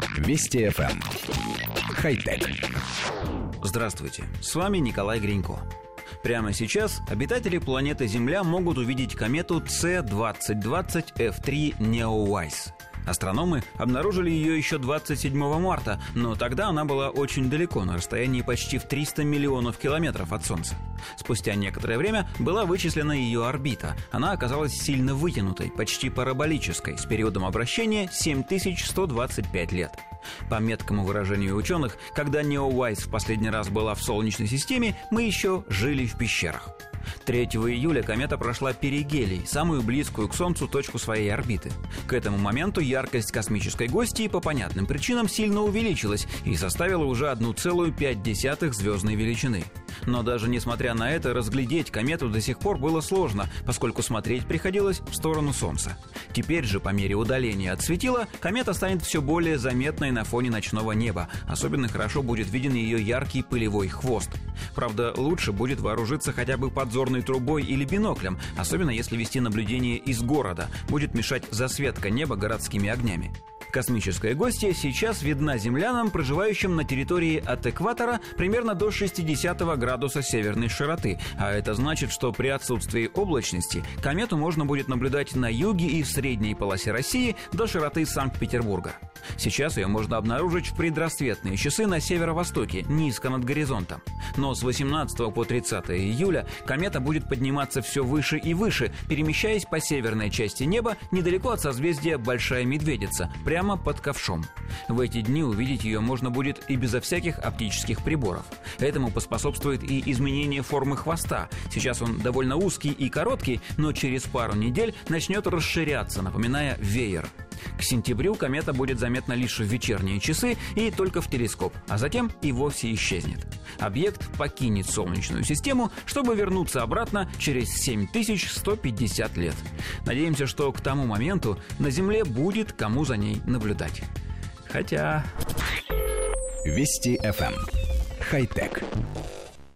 Вести ФМ. Хай-тек. Здравствуйте, с вами Николай Гринько. Прямо сейчас обитатели планеты Земля могут увидеть комету C2020 F3 Neowise. Астрономы обнаружили ее еще 27 марта, но тогда она была очень далеко, на расстоянии почти в 300 миллионов километров от Солнца. Спустя некоторое время была вычислена ее орбита. Она оказалась сильно вытянутой, почти параболической, с периодом обращения 7125 лет. По меткому выражению ученых, когда Neowise в последний раз была в Солнечной системе, мы еще жили в пещерах. 3 июля комета прошла перигелий, самую близкую к Солнцу точку своей орбиты. К этому моменту яркость космической гостьи по понятным причинам сильно увеличилась и составила уже 1,5 звездной величины. Но даже несмотря на это, разглядеть комету до сих пор было сложно, поскольку смотреть приходилось в сторону Солнца. Теперь же, по мере удаления от светила, комета станет все более заметной на фоне ночного неба. Особенно хорошо будет виден ее яркий пылевой хвост. Правда, лучше будет вооружиться хотя бы подзорной трубой или биноклем, особенно если вести наблюдение из города. Будет мешать засветка неба городскими огнями. Космическая гостья сейчас видна землянам, проживающим на территории от экватора примерно до 60 градуса северной широты, а это значит, что при отсутствии облачности комету можно будет наблюдать на юге и в средней полосе России до широты Санкт-Петербурга. Сейчас ее можно обнаружить в предрассветные часы на северо-востоке, низко над горизонтом. Но с 18 по 30 июля комета будет подниматься все выше и выше, перемещаясь по северной части неба недалеко от созвездия Большая Медведица, прямо под ковшом. В эти дни увидеть ее можно будет и безо всяких оптических приборов. Этому поспособствует и изменение формы хвоста. Сейчас он довольно узкий и короткий, но через пару недель начнет расширяться, напоминая веер. К сентябрю комета будет заметна лишь в вечерние часы и только в телескоп, а затем и вовсе исчезнет. Объект покинет Солнечную систему, чтобы вернуться обратно через 7150 лет. Надеемся, что к тому моменту на Земле будет кому за ней наблюдать. Хотя... Вести ФМ. Хай-тек.